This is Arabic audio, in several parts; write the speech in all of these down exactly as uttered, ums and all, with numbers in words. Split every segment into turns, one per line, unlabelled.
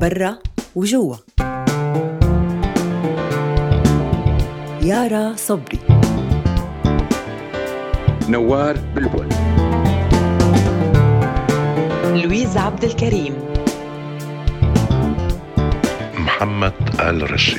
برا وجوا. يارا صبري،
نوار بلبل،
لويز عبد الكريم،
محمد آل رشي.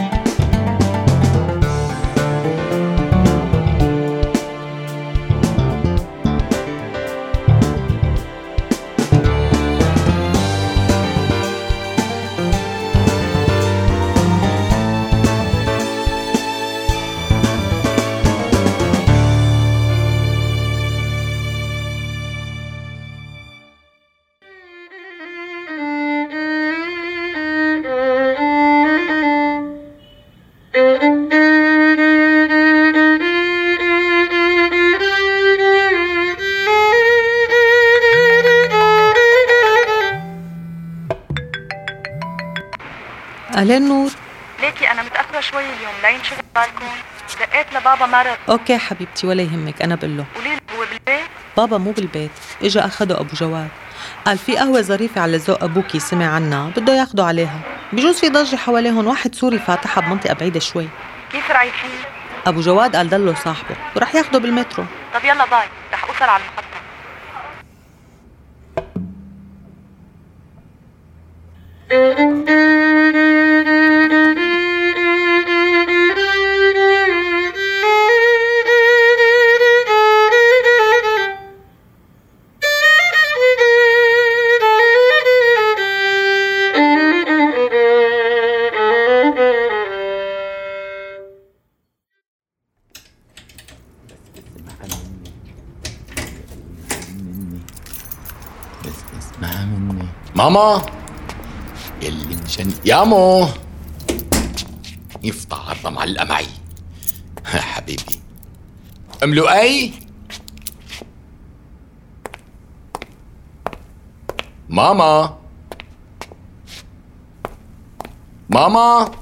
أهلين نور.
ليكي أنا متأخرة شوي اليوم، لا ينشغل بالكم. دقيت لبابا مرض.
أوكي حبيبتي ولا يهمك، أنا بقول له.
قولي له هو بالبيت؟
بابا مو بالبيت، إجا أخده أبو جواد، قال في قهوة ظريفة على ذوق أبوكي سمع عنها بده ياخده عليها. بجوز في ضجة حواليهم، واحد سوري فاتحها بمنطقة بعيدة شوي.
كيف رايحين؟
أبو جواد قال دله صاحبه ورح ياخده بالمترو.
طب يلا باي، رح أوصل على المحطة.
ماما اللي مشان يامو يفتح عرضة معلقة معي. حبيبي أم لؤي، ماما ماما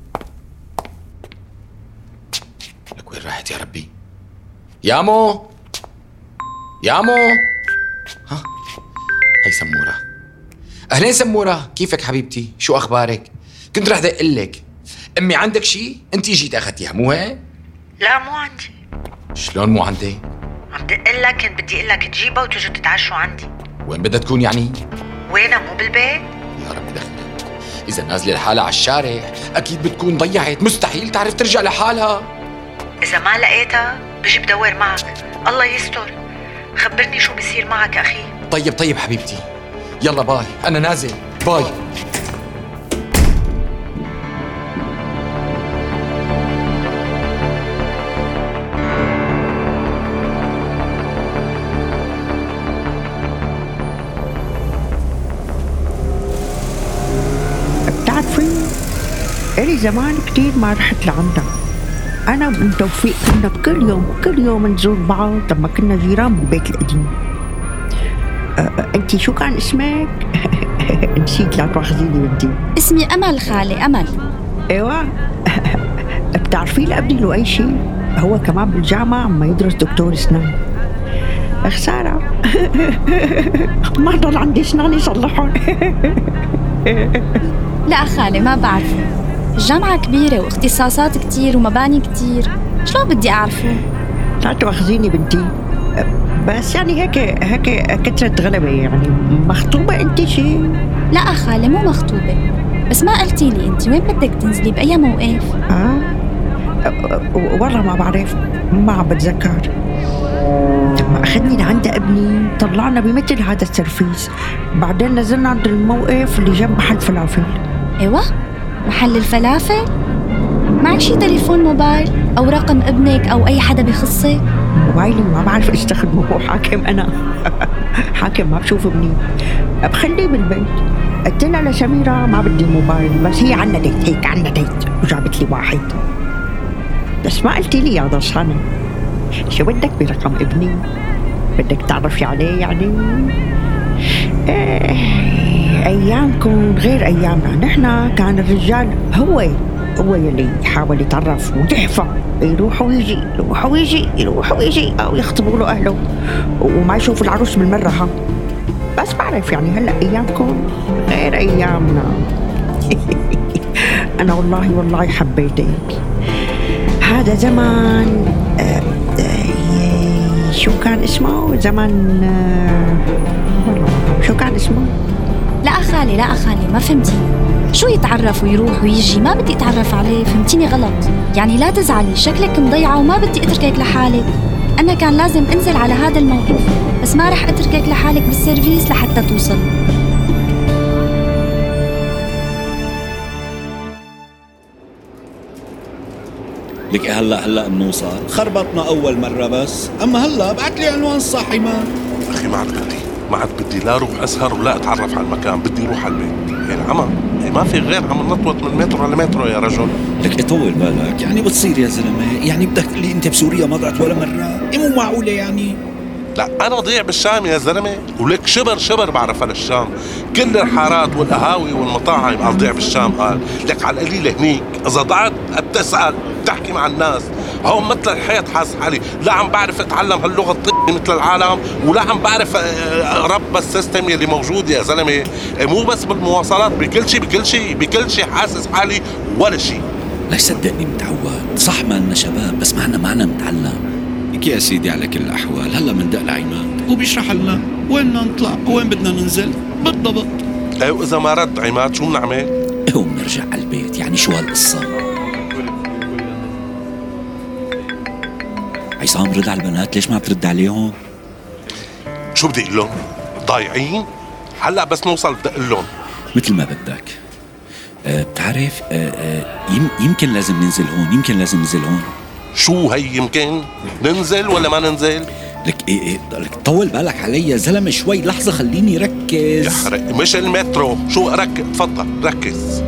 لك وين راحت يا ربي؟ يامو يامو. ها هي سمورة. أهلين سمورة، كيفك حبيبتي؟ شو أخبارك؟ كنت رح دقلك أمي عندك شي؟ أنتي جيت أخذتيها مو هيك؟
لا مو عندي.
شلون مو عندي؟
عم دقلك كنت بدي اقلك تجيبها وتجوا تتعشوا عندي.
وين بدها تكون يعني؟
وينها مو بالبيت؟
يا رب دخلك، إذا نازلة لحالها على الشارع أكيد بتكون ضيعت، مستحيل تعرف ترجع لحالها.
إذا ما لقيتها بجي بدور معك. الله يستر، خبرني شو بيصير معك أخي.
طيب طيب حبيبتي، يلا باي، أنا نازل، باي.
بتعرفي إلي زمان كتير ما رحت لعندها. أنا وابن توفيق كنا كل يوم كل يوم نزور بعض لما كنا جيران بالبيت القديم. أه أنتي شو كان اسمك؟ نسيت، لا تواخذيني بنتي.
اسمي أمل خالي، أمل.
ايوه. بتعرفي لابني له اي شيء؟ هو كمان بالجامعة عم يدرس دكتور اسنان. خسارة. ما ضل عندي اسنان يصلحون.
لا خالي ما بعرفه، الجامعة كبيرة واختصاصات كتير ومباني كتير، شلون بدي أعرفه؟
لا تواخذيني بنتي، بس يعني هيك هيك كترة غلبة. يعني مخطوبة انت شيء؟
لا خالي مو مخطوبة، بس ما قلتي لي انت وين بدك تنزلي بأي موقف؟
اه والله ما بعرف، ما عم بتذكر. لما أخذني لعند ابني طلعنا بمثل هذا السرفيس، بعدين نزلنا عند الموقف اللي جنب محل فلافل.
ايوه محل الفلافل. معك شي تليفون موبايل او رقم ابنك او اي حدا بخصك؟
موبايلي ما بعرف استخدمه، هو حاكم. انا حاكم ما بشوف ابني، بخليه بالبيت. قلت لها لسميرة ما بدي موبايل، بس هي عنا ديت، هيك عنا ديت، وجابت لي واحد. بس ما قلتي لي يا ضصانة شو بدك برقم ابني؟ بدك تعرفي عليه يعني؟ ايه ايامكم غير ايامنا، نحن كان الرجال هو هو يلي يحاول يتعرف ويحفظ، يروح ويجي يروح ويجي يروح ويجي او يخطبوا له اهله وما يشوفوا العروس بالمره. ها بس بعرف يعني هلأ أيامكم غير أيامنا. أنا والله والله حبيتك. هذا زمان آه آه شو كان اسمه؟ زمان آه والله شو كان اسمه؟
لا خالي لا خالي ما فهمتي. شو يتعرف ويروح ويجي؟ ما بدي اتعرف عليه، فهمتيني غلط. يعني لا تزعلي، شكلك مضيعة وما بدي اتركك لحالك. انا كان لازم انزل على هذا الموقف، بس ما رح اتركك لحالك بالسيرفيس لحتى توصل.
لك هلا هلا بنوصل، خربطنا اول مره بس، اما هلا بعت لي عنوان صح عماد.
اخي ما عاد بدي ما عاد بدي لا اروح اسهر ولا اتعرف على المكان، بدي اروح على البيت. يعني عمى ما في غير عم نطوط من مترو لمترو يا رجل.
لك اطول بالك، يعني بتصير يا زلمه، يعني بدك تقول لي انت بسوريا ما ضعت ولا مره؟ مو معقوله يعني.
لا انا ضيع بالشام يا زلمه، ولك شبر شبر بعرف على الشام، كل الحارات والقهاوي والمطاعم اضيع بالشام. قال لك على القليله هنيك اذا ضعت بتسال بتحكي مع الناس. هون مثل الحيط حاس حالي، لا عم بعرف اتعلم هاللغه الطبيه مثل العالم، ولا عم بعرف رب السيستم يلي موجود يا زلمه. مو بس بالمواصلات، بكل شيء بكل شيء بكل شيء حاسس حالي ولا شيء.
لا صدقني متعود، صح مالنا شباب بس معنا معنا متعلم. يا سيدي على كل الأحوال هلا مندق لعماد وبيشرح لنا وين بدنا نطلع وين بدنا ننزل بالضبط.
ايه وإذا ما رد عماد شو بنعمل؟
ايه وبنرجع على البيت. يعني شو هالقصة؟ عصام رد على البنات، ليش ما بترد عليهم؟
شو بدي اقول لهم؟ ضايعين؟ هلا بس نوصل بدي اقول لهم
مثل ما بدك. أه بتعرف أه أه يم يمكن لازم ننزل هون، يمكن لازم ننزل هون.
شو هي يمكن؟ ننزل ولا ما ننزل؟
لك ايه ايه لك طول بالك علي يا زلمه شوي، لحظه خليني ركز.
يحرق مش المترو، شو ركز؟ تفضل ركز.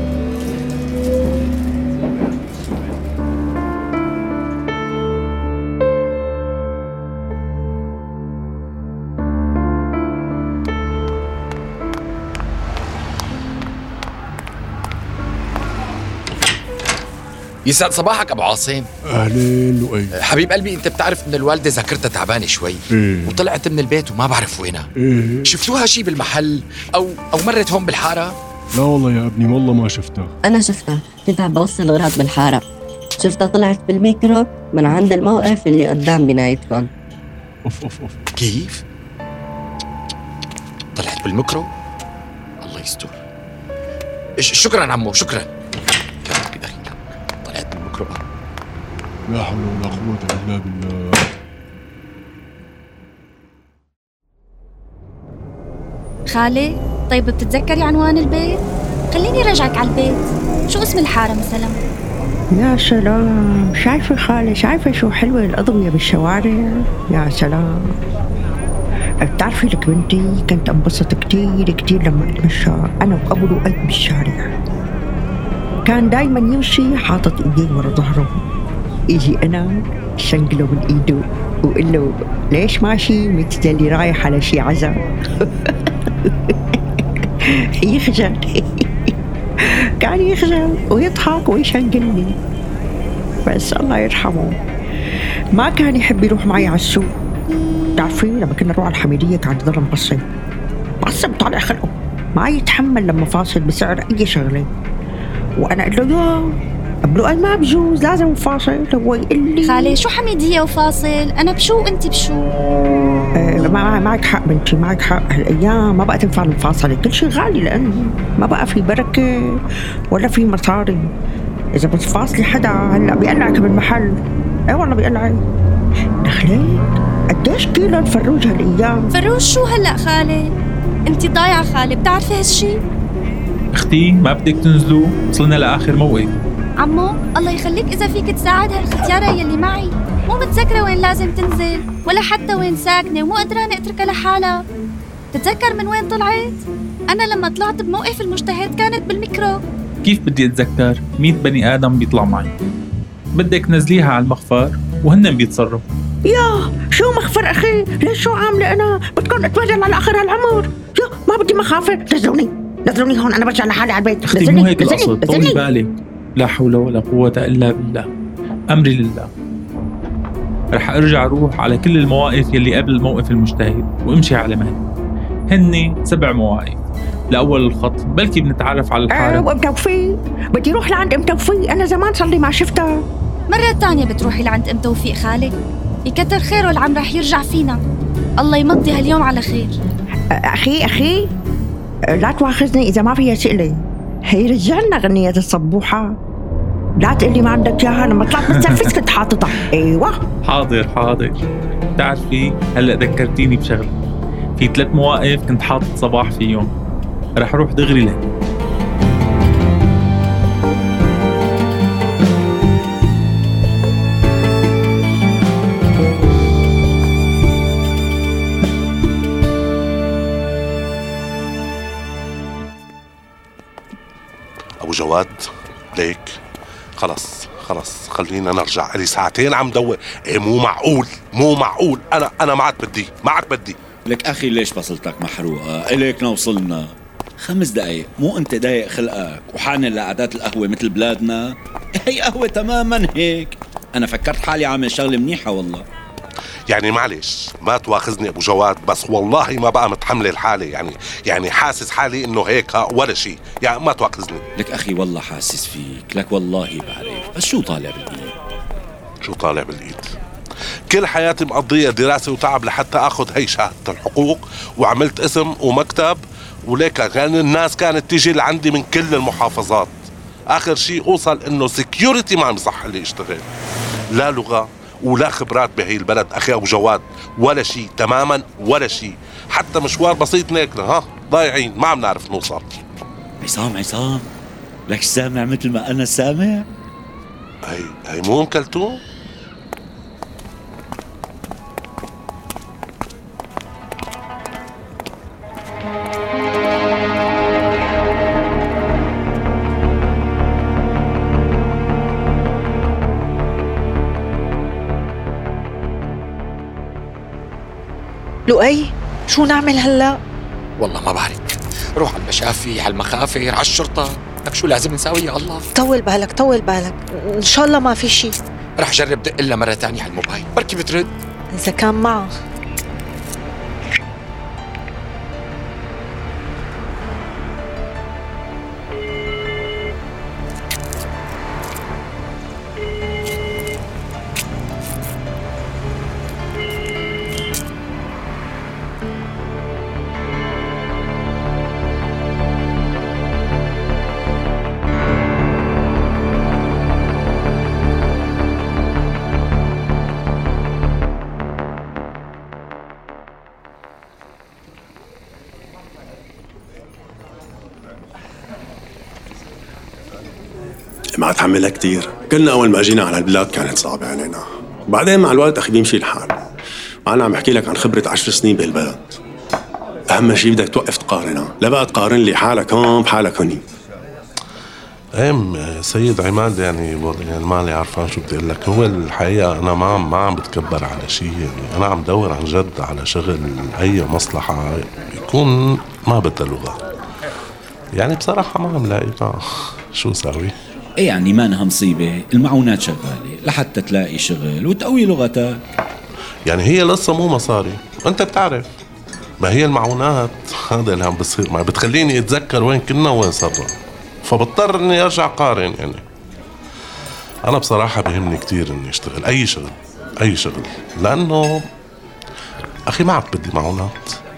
يسعد صباحك ابو عاصم.
اهلين لؤي.
حبيب قلبي، انت بتعرف ان الوالده ذاكرتها تعبانه شوي.
إيه؟
وطلعت من البيت وما بعرف وينها.
إيه؟
شفتوها شي بالمحل او او مرت هون بالحاره؟
لا والله يا ابني والله ما شفتها.
انا شفتها، كنت عم بوصل اغراض بالحاره، شفتها طلعت بالميكرو من عند الموقف اللي قدام بنايتكم.
اوف اوف اوف.
كيف؟ طلعت بالميكرو؟ الله يستر. شكرا عمو شكرا.
لا حول ولا قوة إلا بالله.
خالي طيب بتتذكري عنوان البيت؟ خليني رجعك على البيت. شو اسم الحارة مثلا؟
يا سلام، شايفة خالي شايفة شو حلوة الأضوية بالشوارع؟ يا سلام. بتعرفي لك بنتي كنت أنبسط كتير كتير لما أتمشى أنا وأبو لؤي بالشارع. كان دايما يمشي حاطط إيديه ورا ظهره، يجي أنا شنقله من إيده وقل له ليش ماشي مثل اللي رايح على شي عزا. يخجل. كان يخجل ويضحك ويشنقلني، بس الله يرحمه ما كان يحب يروح معي على السوق. تعرفين لما كنا نروح على الحميدية كان يضل مقصم مقصم طالع خلقه، ما يتحمل لما فاصل بسعر أي شغلة. وأنا أقول له يا أبلو أنا ما بجوز لازم فاصل. هو يقول لي
خالي شو حميدية وفاصل؟ أنا بشو وأنت بشو؟
أه ما معك حق بنتي، معك حق. هالأيام ما بقى تنفع المفاصلة، كل شيء غالي لأنه ما بقى في بركة ولا في مصاري. إذا بتفاصلي حدا هلأ بيقلعك بالمحل. أي والله بيقلعك. دخليك قديش كيلو الفروج هالأيام؟
فروج شو هلأ خالي؟ أنت ضايعة خالي، بتعرفي هالشي؟
اختي ما بدك تنزلوا، وصلنا لاخر موقف.
عمو الله يخليك اذا فيك تساعد هالختياره يلي معي، مو متذكره وين لازم تنزل ولا حتى وين ساكنه، ومو قدرانه اتركها لحالها. تتذكر من وين طلعت؟ انا لما طلعت بموقف المجتهد كانت بالميكرو.
كيف بدي اتذكر؟ مية بني ادم بيطلع معي. بدك نزليها على المخفر وهن بيتصرفوا.
يا شو مخفر اخي؟ ليش شو عامله انا؟ بدكم اتبادل على اخر هالعمر. يا ما بدي مخافر، نزلوني نزلوني هون، انا برجع لحالي على البيت.
اختي مو هيك القصد، طولي بالك. لا حول ولا قوة الا بالله، امري لله. رح ارجع اروح على كل المواقف يلي قبل الموقف المجتهد وامشي على مهلي. هن سبع مواقف. لأول الخط بلكي بنتعرف على الحارة.
أه وام توفيق بدي روح لعند ام توفيق، أنا زمان صار لي ما شفتها.
مرة تانية بتروحي لعند ام توفيق خالك؟ يكتر خيره العم رح يرجع فينا، الله يمضي هاليوم على خير.
أخي أخي لا تواخذني إذا ما فيها سئلة، هي رجالنا غنية الصبوحة، لا تقلي ما عندك إياها. لما طلعت بالسيرفيس كنت حاططها. أيوة
حاضر حاضر. بتعرفي هلأ ذكرتيني بشغلة، في ثلاث مواقف كنت حاطط صباح فيهم، رح روح دغري لك.
أبو جواد ليك خلص خلص خلينا نرجع، لي ساعتين عم دور. إيه مو معقول مو معقول، أنا أنا ما عاد بدي ما عاد بدي.
لك أخي ليش بصلتك محروقة؟ إليكنا وصلنا خمس دقايق، مو أنت ضايق خلقك وحانل لقعدات القهوة مثل بلادنا؟ هي قهوة تماما هيك. أنا فكرت حالي عامل شغلة منيحة والله.
يعني معلش ما تواخذني أبو جواد، بس والله ما بقى متحمل الحالة. يعني يعني حاسس حالي إنه هيك ولا شيء، يعني ما تواخذني.
لك أخي والله حاسس فيك، لك والله بعرف، بس شو طالع بالإيد؟
شو طالع بالإيد؟ كل حياتي مقضية دراسة وتعب لحتى أخذ هي شهادة الحقوق، وعملت اسم ومكتب، وليك كان الناس كانت تيجي لعندي من كل المحافظات. آخر شيء أوصل إنه سيكيورتي ما عم يصح لي اشتغل، لا لغة ولا خبرات بهي البلد أخي أبو جواد، ولا شيء تماما ولا شيء. حتى مشوار بسيط ناكله ها ضايعين ما عم نعرف نوصل.
عصام عصام لك سامع مثل ما أنا سامع؟
هي هي مو أم كلثوم؟
لؤي شو نعمل هلا؟
والله ما بعرف، روح على المشافي على المخافر على الشرطة، لك شو لازم نساوي يا الله؟
طول بالك طول بالك، إن شاء الله ما في شيء.
رح جرب دق لها مرة تانية على الموبايل، بركي بترد.
إذا كان معه.
ما اتحملها كتير، كلنا أول ما جينا على البلاد كانت صعبة علينا، وبعدين مع الوقت أخي بيمشي الحال. أنا عم بحكي لك عن خبرة عشر سنين بالبلد. أهم شيء بدك توقف تقارنها، لا بقى تقارن لي حالك هون بحالك هوني.
ام سيد عماد، يعني يعني ما لي عارفان شو بدي اقول لك. هو الحقيقه انا ما عم ما عم بتكبر على شيء، يعني انا عم دور عن جد على شغل اي مصلحه يكون ما بدها لغه. يعني بصراحه ما عم لاقي، شو ساوي؟
ايه يعني ما انها مصيبه، المعونات شغاله لحتى تلاقي شغل وتقوي لغتك.
يعني هي لسه مو مصاري، انت بتعرف ما هي المعونات. هذا اللي عم بصير معي، بتخليني اتذكر وين كنا وين صرنا، فبضطر اني ارجع قارن. يعني انا بصراحة بيهمني كتير اني اشتغل اي شغل اي شغل، لانه اخي ما عاد بدي معونات.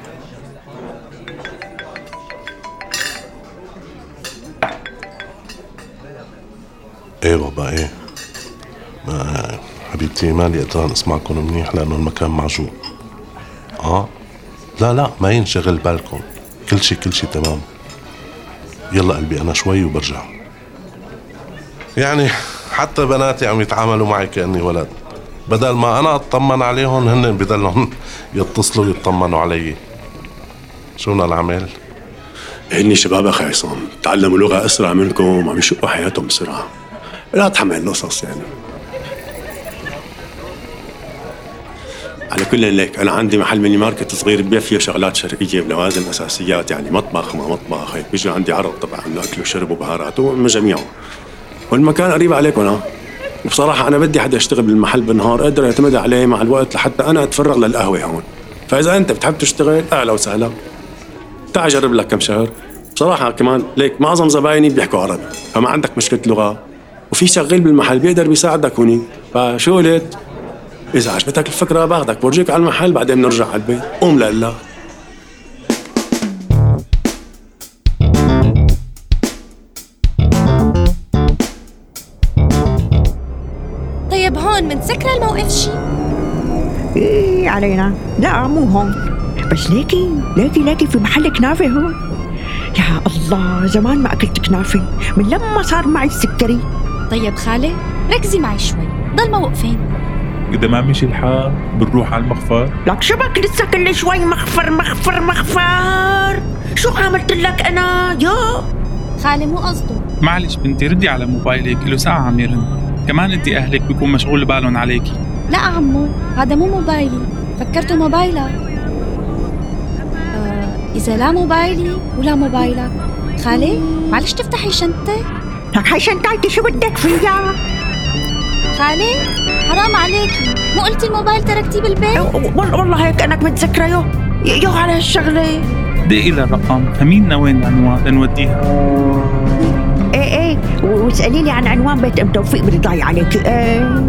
ايه بابا ايه، ما حبيبتي مالي قدران اسمعكم منيح لانه المكان معجوق. اه لا لا ما ينشغل بالكم، كل شي كل شي تمام. يلا قلبي انا شوي وبرجع. يعني حتى بناتي عم يتعاملوا معي كأني ولد، بدل ما انا اطمن عليهم هن بدلهم يتصلوا يطمنوا علي. شو بدنا نعمل؟
هني شباب اخي عصام تعلموا لغة اسرع منكم وعم يشقوا حياتهم بسرعة، لا تحمل القصص. يعني على كل ليك انا عندي محل ميني ماركت صغير ببيع فيه شغلات شرقيه بلوازم اساسيات، يعني مطبخ ما مطبخ هيك. بيجي عندي عرض طبعا انه اكل وشرب وبهارات ومجاميعه، والمكان قريب عليكم. ها وبصراحه انا بدي حدا يشتغل بالمحل بالنهار اقدر اعتمد عليه مع الوقت لحتى انا اتفرغ للقهوه هون. فاذا انت بتحب تشتغل اهلا وسهلا. تعال جرب لك كم شهر. بصراحة كمان ليك معظم زبايني بيحكوا عربي، فما عندك مشكلة لغة، وفي شغال بالمحل بيقدر بيساعدك هونيك. فشو قلت؟ إذا عجبتك الفكرة باخدك برجيك على المحل، بعدين بنرجع على البيت. قوم لله.
طيب هون منسكر الموقف شي؟
ايه علينا، لا مو هون، بس ليكي ليكي ليكي في محل كنافة هون. يا الله زمان ما أكلت كنافة من لما صار معي السكري.
طيب خالي ركزي معي شوي، ضل موقفين.
إذا ما مشي الحال بنروح على المخفر.
لك شبك لسه كل شوي مخفر مخفر مخفر. شو عملت لك أنا يا
خالي؟ مو قصده.
معلش بنتي ردي على موبايلك، له ساعة عم يرن، كمان انت أهلك بيكون مشغول بالهم عليكي.
لا عمو، هذا مو موبايلي، فكرته موبايلك. آه إذا لا موبايلي ولا موبايلك خالي معلش تفتحي شنطتك.
لك هاي شنطتي شو بدك فيها؟
خالي حرام عليكي، مو قلتي الموبايل تركتيه بالبيت؟
والله هيك أنك متذكرة يو يو على هالشغلة.
دقي للرقم، فهمينا وين العنوان لنوديها.
ايه ايه واسألي لي عن عنوان بيت ام توفيق برضاي عليك. ايه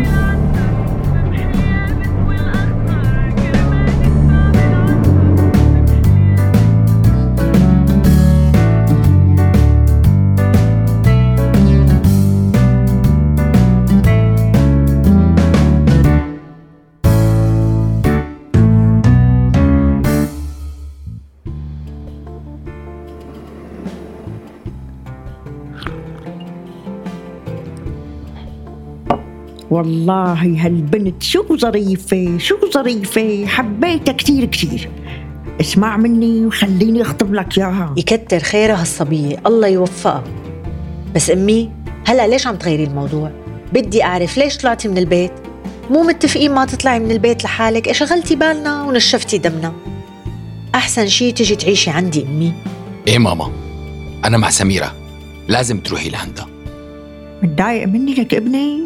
والله هالبنت شو ظريفة شو ظريفة، حبيتها كتير كتير. اسمع مني وخليني اخطب لك اياها.
يكتر خيرها هالصبية، الله يوفقها. بس أمي هلأ ليش عم تغيري الموضوع؟ بدي أعرف ليش طلعتي من البيت؟ مو متفقين ما تطلعي من البيت لحالك؟ شغلتي بالنا ونشفتي دمنا. أحسن شي تجي تعيشي عندي أمي.
إيه ماما، أنا مع سميرة، لازم تروحي لعندها.
متضايق مني لك ابني؟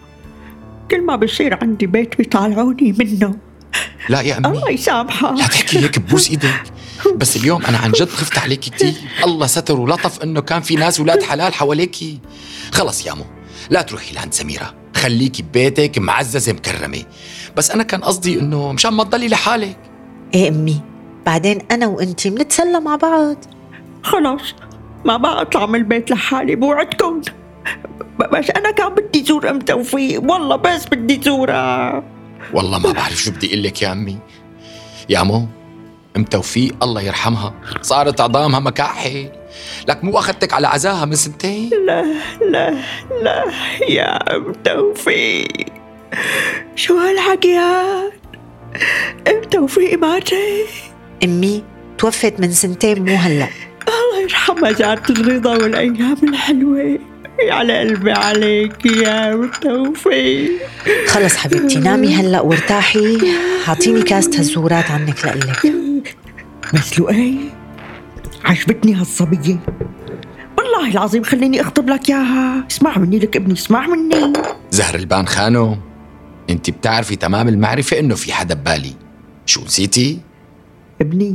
كل ما بصير عندي بيت بيطالعوني منه.
لا يا أمي
الله يسامحك.
لا تحكي هيك ببوس إيدك. بس اليوم أنا عن جد خفت عليكي كتير. الله ستر ولطف إنه كان في ناس ولاد حلال حواليكي. خلص يا مو، لا تروحي لعند سميرة، خليكي ببيتك معززة مكرمة. بس أنا كان قصدي إنه مشان ما تضلي لحالك.
إيه أمي، بعدين أنا وإنتي منتسلى مع بعض.
خلاص ما بقى أطلع من البيت لحالي بوعدكم. بس أنا كان بدي زور أم توفيق، والله بس بدي زورها.
والله ما بعرف شو بدي أقول لك يا أمي. يا مو، أم توفيق الله يرحمها صارت عظامها مكاحل، لك مو أخذتك على عزاها من سنتين؟
لا لا لا يا أم توفيق، شو هالحكيات؟ أم توفيق ماتت؟
أمي توفت من سنتين مو هلأ.
الله يرحمها ذات الرضا والأيام الحلوة. على قلبي عليك يا أم توفيق.
خلص حبيبتي نامي هلأ وارتاحي، عطيني كاسة هالزورات عنك لقلك.
بس لؤي عجبتني هالصبية والله العظيم، خليني اخطب لك اياها. اسمع مني لك ابني، اسمع مني.
زهر البان خانو، انت بتعرفي تمام المعرفة انه في حدا ببالي. شو نسيتي؟
ابني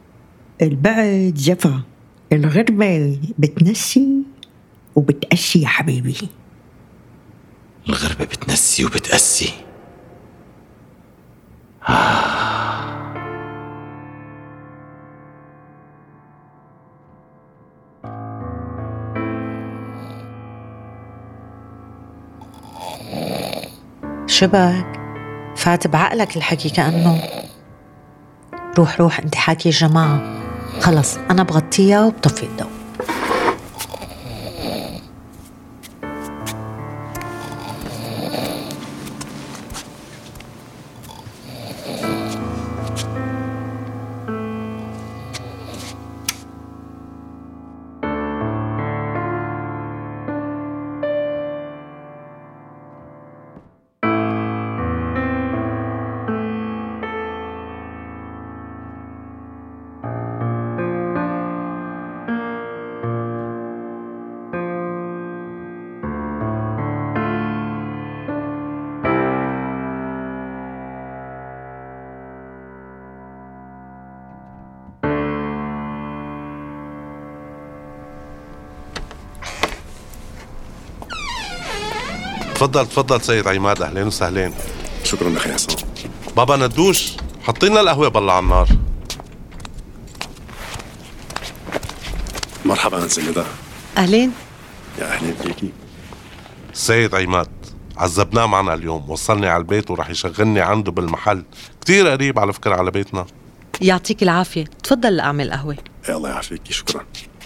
البعد جفا، الغربة بتنسي وبتقسي يا حبيبي.
الغربة بتنسي وبتقسي. آه.
شبك فات بعقلك الحكي كأنه. روح روح انت حاكي الجماعة. خلص أنا بغطيها وبطفي الضوء.
تفضل تفضل سيد عماد، اهلين وسهلين.
شكرا اخي عصام.
بابا ندوش، حطينا القهوه بالله على النار.
مرحبا انسه ندى.
اهلين.
يا اهلين فيكي.
سيد عماد عذبناه معنا اليوم، وصلني على البيت وراح يشغلني عنده بالمحل، كتير قريب على فكرة على بيتنا.
يعطيك العافية، تفضل لأعمل قهوة.
يا الله يعافيكي، شكرا.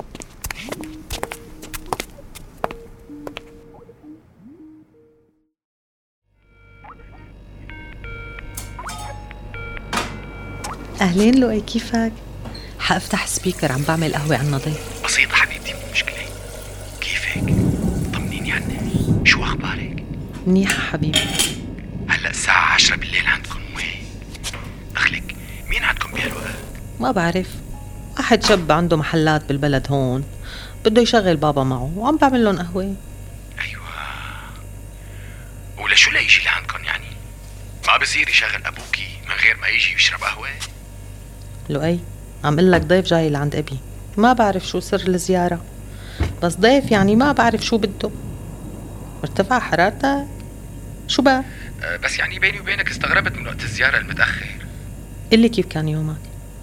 أهلين لؤي، كيفك؟ حافتح سبيكر، عم بعمل قهوة على النظيف.
بسيطة حبيبتي، مو مشكلة. كيفك؟ طمنيني عنك، شو أخبارك؟
منيحة حبيبي.
هلأ الساعة عشرة بالليل عندكم، وين؟ دخلك مين عندكم بهالوقت؟
ما بعرف، واحد شاب عنده محلات بالبلد هون، بده يشغل بابا معه وعم بعمل لهم قهوة.
أيوة، ولشو لا يجي لعندكم يعني؟ ما بصير يشغل أبوكي من غير ما يجي يشرب قهوة؟
لؤي، عم قلك ضيف جاي لعند أبي، ما بعرف شو سر الزيارة، بس ضيف يعني ما بعرف شو بده. مرتفع حرارتك؟ شو بقى؟
أه بس يعني بيني وبينك استغربت من وقت الزيارة المتأخر.
قلي كيف كان يومك؟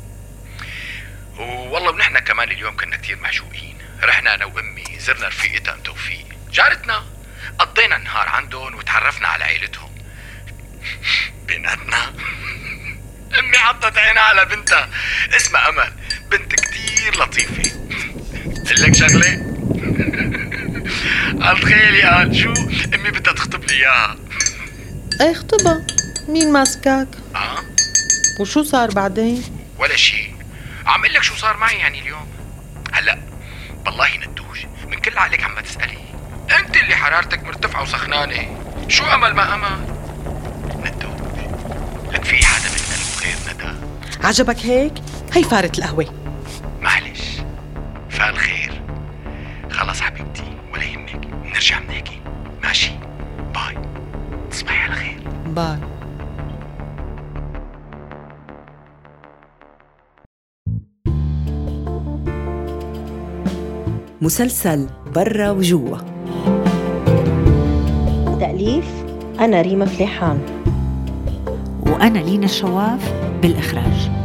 والله ونحن كمان اليوم كنا كتير محشوقين، رحنا أنا وأمي زرنا رفيقتها أم توفيق جارتنا، قضينا النهار عندهم وتعرفنا على عائلتهم. بيناتنا أمي حطت عينها على بنتها اسمها أمل، بنت كتير لطيفة. قلك شغلة؟ قال تخيلي، قال شو أمي بدها تخطب لي إياها.
ايه خطبها، مين ماسكك؟
اه
وشو صار بعدين؟
ولا شيء، عم قلك شو صار معي يعني اليوم. هلا بالله ندوش، من كل عقلك عم تسألي، انت اللي حرارتك مرتفعة وسخنانة، شو أمل ما أمل؟ ندوش لك في حدا بالقلب غير ندى.
عجبك هيك؟ هي فارة القهوة.
معلش، فالخير. خلص حبيبتي ولا يهمك، نرجع بنحكي، ماشي؟ باي، تصبحي على خير.
باي.
مسلسل برا وجوا،
تأليف أنا ريما فليحان،
وأنا لينا الشواف بالإخراج.